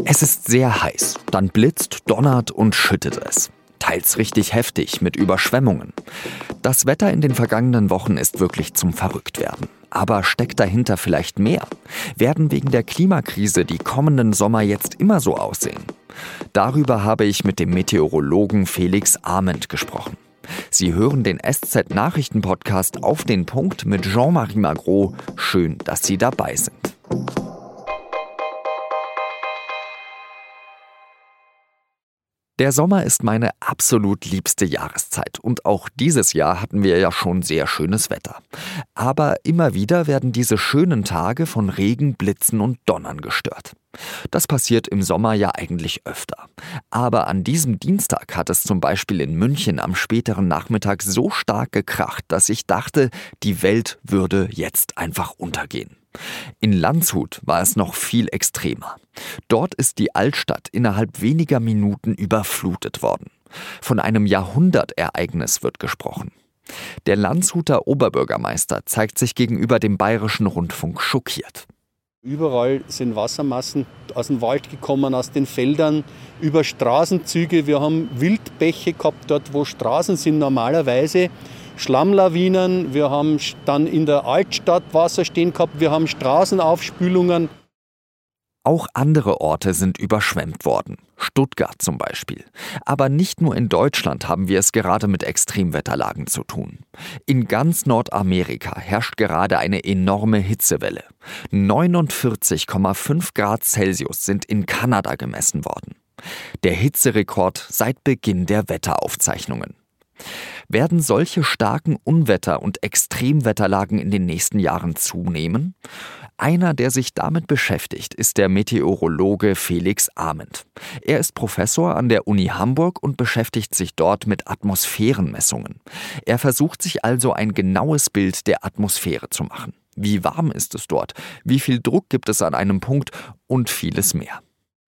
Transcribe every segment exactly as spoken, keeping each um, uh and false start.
Es ist sehr heiß, dann blitzt, donnert und schüttet es. Teils richtig heftig mit Überschwemmungen. Das Wetter in den vergangenen Wochen ist wirklich zum Verrücktwerden. Aber steckt dahinter vielleicht mehr? Werden wegen der Klimakrise die kommenden Sommer jetzt immer so aussehen? Darüber habe ich mit dem Meteorologen Felix Arment gesprochen. Sie hören den S Z-Nachrichten-Podcast Auf den Punkt mit Jean-Marie Magro. Schön, dass Sie dabei sind. Der Sommer ist meine absolut liebste Jahreszeit und auch dieses Jahr hatten wir ja schon sehr schönes Wetter. Aber immer wieder werden diese schönen Tage von Regen, Blitzen und Donnern gestört. Das passiert im Sommer ja eigentlich öfter. Aber an diesem Dienstag hat es zum Beispiel in München am späteren Nachmittag so stark gekracht, dass ich dachte, die Welt würde jetzt einfach untergehen. In Landshut war es noch viel extremer. Dort ist die Altstadt innerhalb weniger Minuten überflutet worden. Von einem Jahrhundertereignis wird gesprochen. Der Landshuter Oberbürgermeister zeigt sich gegenüber dem Bayerischen Rundfunk schockiert. Überall sind Wassermassen aus dem Wald gekommen, aus den Feldern, über Straßenzüge. Wir haben Wildbäche gehabt, dort wo Straßen sind normalerweise. Schlammlawinen, wir haben dann in der Altstadt Wasser stehen gehabt, wir haben Straßenaufspülungen. Auch andere Orte sind überschwemmt worden, Stuttgart zum Beispiel. Aber nicht nur in Deutschland haben wir es gerade mit Extremwetterlagen zu tun. In ganz Nordamerika herrscht gerade eine enorme Hitzewelle. neunundvierzig Komma fünf Grad Celsius sind in Kanada gemessen worden. Der Hitzerekord seit Beginn der Wetteraufzeichnungen. Werden solche starken Unwetter- und Extremwetterlagen in den nächsten Jahren zunehmen? Einer, der sich damit beschäftigt, ist der Meteorologe Felix Arment. Er ist Professor an der Uni Hamburg und beschäftigt sich dort mit Atmosphärenmessungen. Er versucht sich also ein genaues Bild der Atmosphäre zu machen. Wie warm ist es dort? Wie viel Druck gibt es an einem Punkt? Und vieles mehr.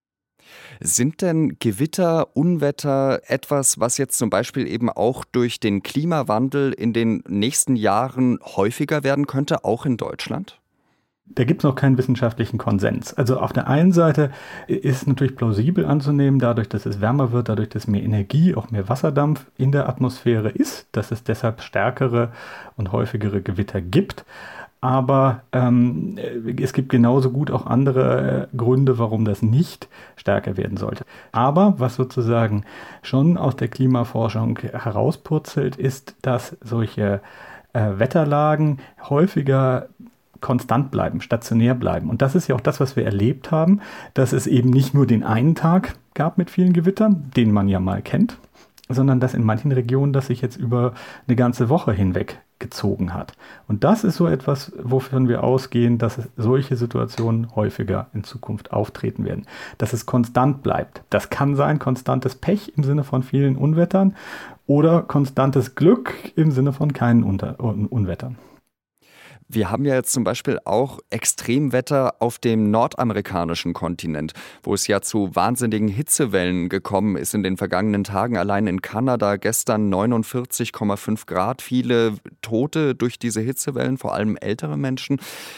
Sind denn Gewitter, Unwetter etwas, was jetzt zum Beispiel eben auch durch den Klimawandel in den nächsten Jahren häufiger werden könnte, auch in Deutschland? Da gibt es noch keinen wissenschaftlichen Konsens. Also auf der einen Seite ist natürlich plausibel anzunehmen, dadurch, dass es wärmer wird, dadurch, dass mehr Energie, auch mehr Wasserdampf in der Atmosphäre ist, dass es deshalb stärkere und häufigere Gewitter gibt. Aber ähm, es gibt genauso gut auch andere äh, Gründe, warum das nicht stärker werden sollte. Aber was sozusagen schon aus der Klimaforschung herauspurzelt, ist, dass solche äh, Wetterlagen häufiger konstant bleiben, stationär bleiben. Und das ist ja auch das, was wir erlebt haben, dass es eben nicht nur den einen Tag gab mit vielen Gewittern, den man ja mal kennt, sondern dass in manchen Regionen das sich jetzt über eine ganze Woche hinweg gezogen hat. Und das ist so etwas, wovon wir ausgehen, dass solche Situationen häufiger in Zukunft auftreten werden. Dass es konstant bleibt. Das kann sein konstantes Pech im Sinne von vielen Unwettern oder konstantes Glück im Sinne von keinen Unter- Unwettern. Wir haben ja jetzt zum Beispiel auch Extremwetter auf dem nordamerikanischen Kontinent, wo es ja zu wahnsinnigen Hitzewellen gekommen ist in den vergangenen Tagen. Allein in Kanada gestern neunundvierzig Komma fünf Grad, viele Tote durch diese Hitzewellen, vor allem ältere Menschen.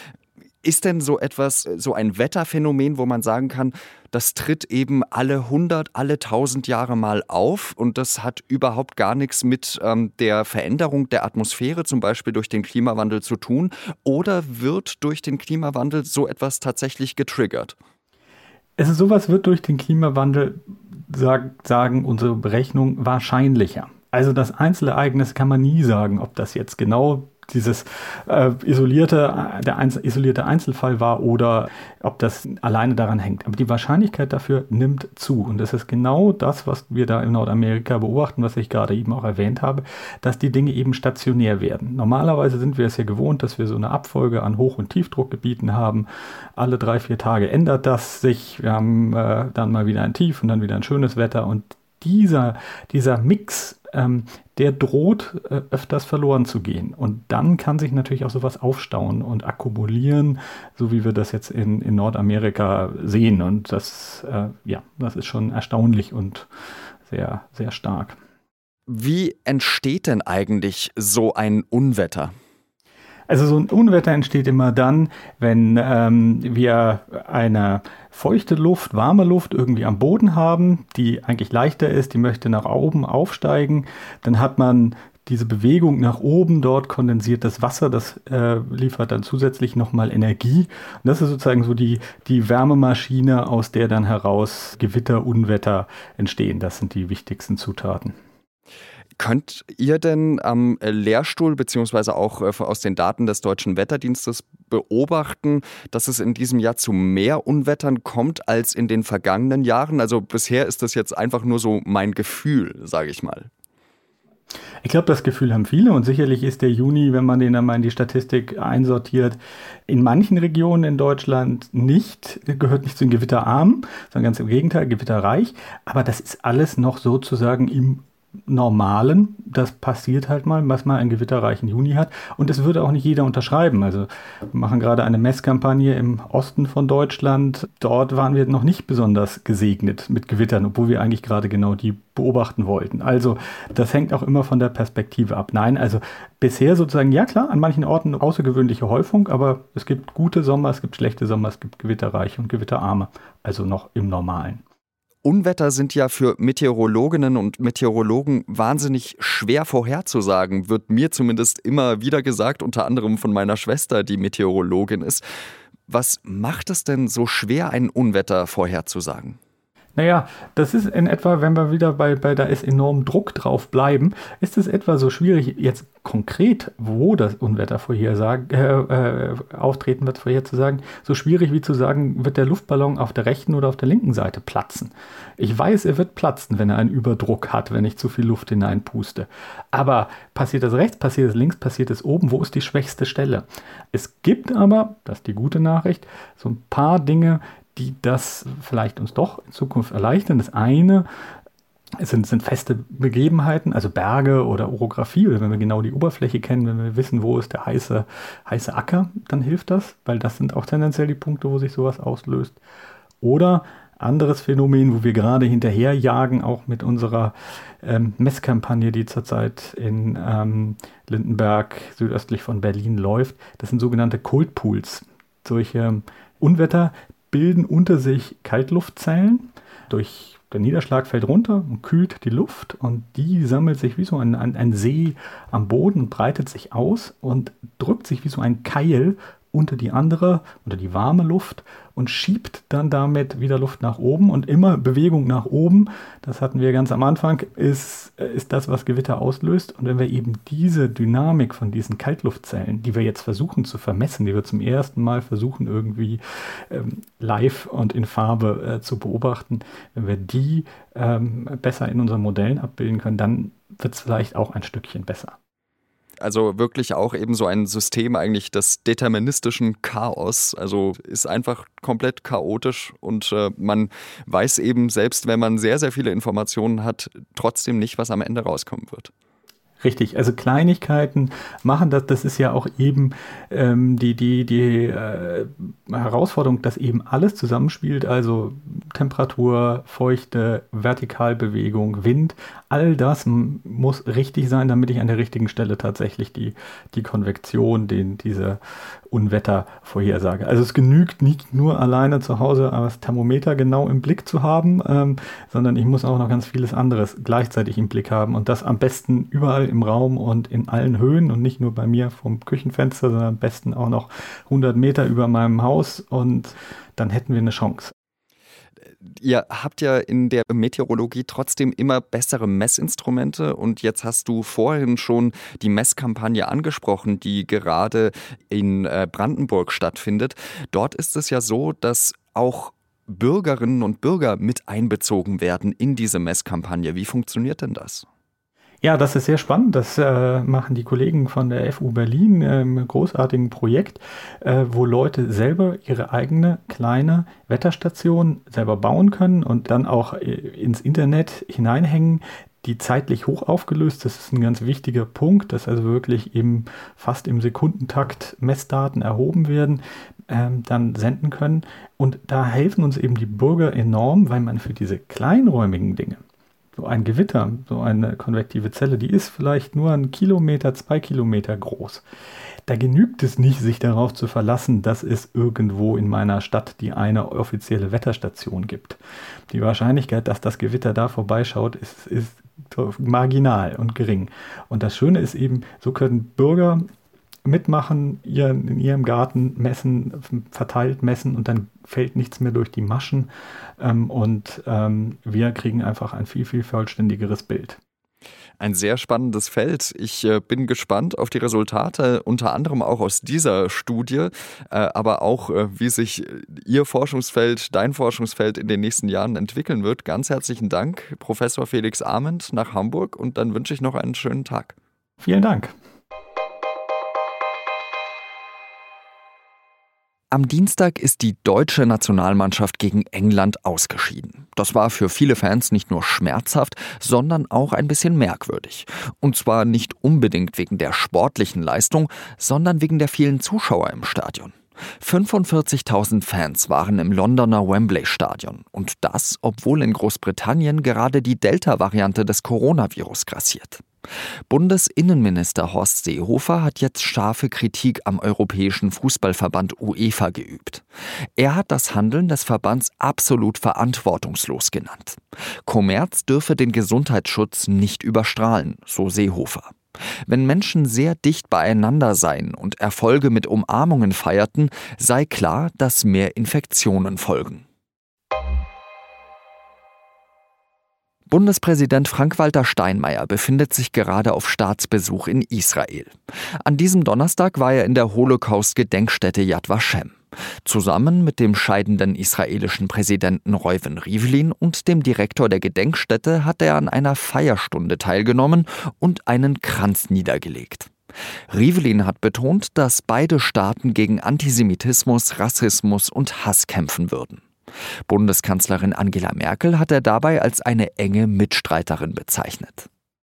Ist denn so etwas, so ein Wetterphänomen, wo man sagen kann, das tritt eben alle hundert, alle tausend Jahre mal auf und das hat überhaupt gar nichts mit ähm, der Veränderung der Atmosphäre, zum Beispiel durch den Klimawandel, zu tun? Oder wird durch den Klimawandel so etwas tatsächlich getriggert? Also sowas wird durch den Klimawandel, sag, sagen unsere Berechnungen, wahrscheinlicher. Also das Einzelereignis kann man nie sagen, ob das jetzt genau dieses äh, isolierte, der einzel, isolierte Einzelfall war oder ob das alleine daran hängt. Aber die Wahrscheinlichkeit dafür nimmt zu. Und das ist genau das, was wir da in Nordamerika beobachten, was ich gerade eben auch erwähnt habe, dass die Dinge eben stationär werden. Normalerweise sind wir es ja gewohnt, dass wir so eine Abfolge an Hoch- und Tiefdruckgebieten haben. Alle drei, vier Tage ändert das sich. Wir haben äh, dann mal wieder ein Tief und dann wieder ein schönes Wetter. Und dieser, dieser Mix, ähm, der droht äh, öfters verloren zu gehen. Und dann kann sich natürlich auch sowas aufstauen und akkumulieren, so wie wir das jetzt in, in Nordamerika sehen. Und das, äh, ja, das ist schon erstaunlich und sehr, sehr stark. Wie entsteht denn eigentlich so ein Unwetter? Also so ein Unwetter entsteht immer dann, wenn ähm, wir eine feuchte Luft, warme Luft irgendwie am Boden haben, die eigentlich leichter ist, die möchte nach oben aufsteigen. Dann hat man diese Bewegung nach oben, dort kondensiert das Wasser, das äh, liefert dann zusätzlich nochmal Energie. Und das ist sozusagen so die, die Wärmemaschine, aus der dann heraus Gewitter, Unwetter entstehen. Das sind die wichtigsten Zutaten. Könnt ihr denn am Lehrstuhl beziehungsweise auch aus den Daten des Deutschen Wetterdienstes beobachten, dass es in diesem Jahr zu mehr Unwettern kommt als in den vergangenen Jahren? Also bisher ist das jetzt einfach nur so mein Gefühl, sage ich mal. Ich glaube, das Gefühl haben viele und sicherlich ist der Juni, wenn man den dann mal in die Statistik einsortiert, in manchen Regionen in Deutschland nicht, gehört nicht zu den Gewitterarmen, sondern ganz im Gegenteil, gewitterreich. Aber das ist alles noch sozusagen im Normalen. Das passiert halt mal, was man einen gewitterreichen Juni hat. Und es würde auch nicht jeder unterschreiben. Also wir machen gerade eine Messkampagne im Osten von Deutschland. Dort waren wir noch nicht besonders gesegnet mit Gewittern, obwohl wir eigentlich gerade genau die beobachten wollten. Also das hängt auch immer von der Perspektive ab. Nein, also bisher sozusagen, ja klar, an manchen Orten außergewöhnliche Häufung, aber es gibt gute Sommer, es gibt schlechte Sommer, es gibt gewitterreiche und gewitterarme. Also noch im Normalen. Unwetter sind ja für Meteorologinnen und Meteorologen wahnsinnig schwer vorherzusagen, wird mir zumindest immer wieder gesagt, unter anderem von meiner Schwester, die Meteorologin ist. Was macht es denn so schwer, ein Unwetter vorherzusagen? Naja, das ist in etwa, wenn wir wieder bei, bei da ist enorm Druck drauf bleiben, ist es etwa so schwierig, jetzt konkret, wo das Unwetter vorhersagen, äh, äh, auftreten wird, vorherzusagen, so schwierig wie zu sagen, wird der Luftballon auf der rechten oder auf der linken Seite platzen. Ich weiß, er wird platzen, wenn er einen Überdruck hat, wenn ich zu viel Luft hineinpuste. Aber passiert das rechts, passiert es links, passiert es oben, wo ist die schwächste Stelle? Es gibt aber, das ist die gute Nachricht, so ein paar Dinge, die das vielleicht uns doch in Zukunft erleichtern. Das eine sind, sind feste Begebenheiten, also Berge oder Orographie, oder wenn wir genau die Oberfläche kennen, wenn wir wissen, wo ist der heiße, heiße Acker, dann hilft das, weil das sind auch tendenziell die Punkte, wo sich sowas auslöst. Oder anderes Phänomen, wo wir gerade hinterherjagen, auch mit unserer ähm, Messkampagne, die zurzeit in ähm, Lindenberg südöstlich von Berlin läuft, das sind sogenannte Cold Pools. Solche Unwetter bilden unter sich Kaltluftzellen. Durch der Niederschlag fällt runter und kühlt die Luft und die sammelt sich wie so ein, ein, ein See am Boden und breitet sich aus und drückt sich wie so ein Keil unter die andere, unter die warme Luft und schiebt dann damit wieder Luft nach oben und immer Bewegung nach oben, das hatten wir ganz am Anfang, ist, ist das, was Gewitter auslöst. Und wenn wir eben diese Dynamik von diesen Kaltluftzellen, die wir jetzt versuchen zu vermessen, die wir zum ersten Mal versuchen irgendwie ähm, live und in Farbe äh, zu beobachten, wenn wir die ähm, besser in unseren Modellen abbilden können, dann wird es vielleicht auch ein Stückchen besser. Also wirklich auch eben so ein System eigentlich des deterministischen Chaos. Also ist einfach komplett chaotisch und äh, man weiß eben, selbst wenn man sehr, sehr viele Informationen hat, trotzdem nicht, was am Ende rauskommen wird. Richtig, also Kleinigkeiten machen das, das ist ja auch eben ähm, die, die, die äh, Herausforderung, dass eben alles zusammenspielt, also Temperatur, Feuchte, Vertikalbewegung, Wind, all das m- muss richtig sein, damit ich an der richtigen Stelle tatsächlich die, die Konvektion, den, diese Unwetter vorhersage. Also es genügt nicht nur alleine zu Hause das Thermometer genau im Blick zu haben, ähm, sondern ich muss auch noch ganz vieles anderes gleichzeitig im Blick haben und das am besten überall im Raum und in allen Höhen und nicht nur bei mir vom Küchenfenster, sondern am besten auch noch hundert Meter über meinem Haus und dann hätten wir eine Chance. Ihr habt ja in der Meteorologie trotzdem immer bessere Messinstrumente und jetzt hast du vorhin schon die Messkampagne angesprochen, die gerade in Brandenburg stattfindet. Dort ist es ja so, dass auch Bürgerinnen und Bürger mit einbezogen werden in diese Messkampagne. Wie funktioniert denn das? Ja, das ist sehr spannend. Das äh, machen die Kollegen von der F U Berlin äh, im großartigen Projekt, äh, wo Leute selber ihre eigene kleine Wetterstation selber bauen können und dann auch äh, ins Internet hineinhängen, die zeitlich hoch aufgelöst. Das ist ein ganz wichtiger Punkt, dass also wirklich eben fast im Sekundentakt Messdaten erhoben werden, ähm, dann senden können. Und da helfen uns eben die Bürger enorm, weil man für diese kleinräumigen Dinge, So ein Gewitter, so eine konvektive Zelle, die ist vielleicht nur einen Kilometer, zwei Kilometer groß. Da genügt es nicht, sich darauf zu verlassen, dass es irgendwo in meiner Stadt die eine offizielle Wetterstation gibt. Die Wahrscheinlichkeit, dass das Gewitter da vorbeischaut, ist, ist marginal und gering. Und das Schöne ist eben, so können Bürger mitmachen, ihr, in ihrem Garten messen, verteilt messen und dann fällt nichts mehr durch die Maschen ähm, und ähm, wir kriegen einfach ein viel, viel vollständigeres Bild. Ein sehr spannendes Feld. Ich äh, bin gespannt auf die Resultate, unter anderem auch aus dieser Studie, äh, aber auch, äh, wie sich Ihr Forschungsfeld, dein Forschungsfeld in den nächsten Jahren entwickeln wird. Ganz herzlichen Dank, Professor Felix Arment nach Hamburg, und dann wünsche ich noch einen schönen Tag. Vielen Dank. Am Dienstag ist die deutsche Nationalmannschaft gegen England ausgeschieden. Das war für viele Fans nicht nur schmerzhaft, sondern auch ein bisschen merkwürdig. Und zwar nicht unbedingt wegen der sportlichen Leistung, sondern wegen der vielen Zuschauer im Stadion. fünfundvierzigtausend Fans waren im Londoner Wembley-Stadion. Und das, obwohl in Großbritannien gerade die Delta-Variante des Coronavirus grassiert. Bundesinnenminister Horst Seehofer hat jetzt scharfe Kritik am Europäischen Fußballverband UEFA geübt. Er hat das Handeln des Verbands absolut verantwortungslos genannt. Kommerz dürfe den Gesundheitsschutz nicht überstrahlen, so Seehofer. Wenn Menschen sehr dicht beieinander seien und Erfolge mit Umarmungen feierten, sei klar, dass mehr Infektionen folgen. Bundespräsident Frank-Walter Steinmeier befindet sich gerade auf Staatsbesuch in Israel. An diesem Donnerstag war er in der Holocaust-Gedenkstätte Yad Vashem. Zusammen mit dem scheidenden israelischen Präsidenten Reuven Rivlin und dem Direktor der Gedenkstätte hat er an einer Feierstunde teilgenommen und einen Kranz niedergelegt. Rivlin hat betont, dass beide Staaten gegen Antisemitismus, Rassismus und Hass kämpfen würden. Bundeskanzlerin Angela Merkel hat er dabei als eine enge Mitstreiterin bezeichnet.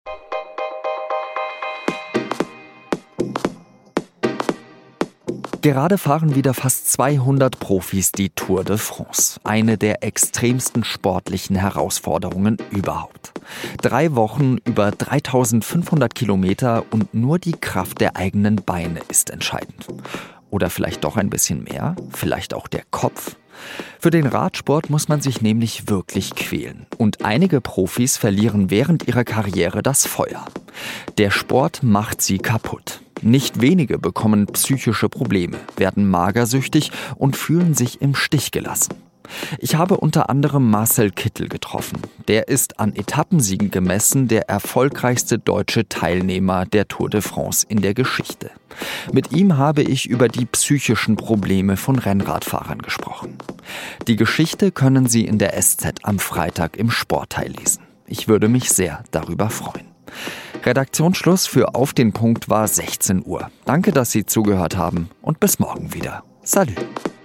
Gerade fahren wieder fast zweihundert Profis die Tour de France, eine der extremsten sportlichen Herausforderungen überhaupt. Drei Wochen, über dreitausendfünfhundert Kilometer und nur die Kraft der eigenen Beine ist entscheidend. Oder vielleicht doch ein bisschen mehr, vielleicht auch der Kopf. Für den Radsport muss man sich nämlich wirklich quälen. Und einige Profis verlieren während ihrer Karriere das Feuer. Der Sport macht sie kaputt. Nicht wenige bekommen psychische Probleme, werden magersüchtig und fühlen sich im Stich gelassen. Ich habe unter anderem Marcel Kittel getroffen. Der ist an Etappensiegen gemessen der erfolgreichste deutsche Teilnehmer der Tour de France in der Geschichte. Mit ihm habe ich über die psychischen Probleme von Rennradfahrern gesprochen. Die Geschichte können Sie in der S Z am Freitag im Sportteil lesen. Ich würde mich sehr darüber freuen. Redaktionsschluss für Auf den Punkt war sechzehn Uhr. Danke, dass Sie zugehört haben und bis morgen wieder. Salut!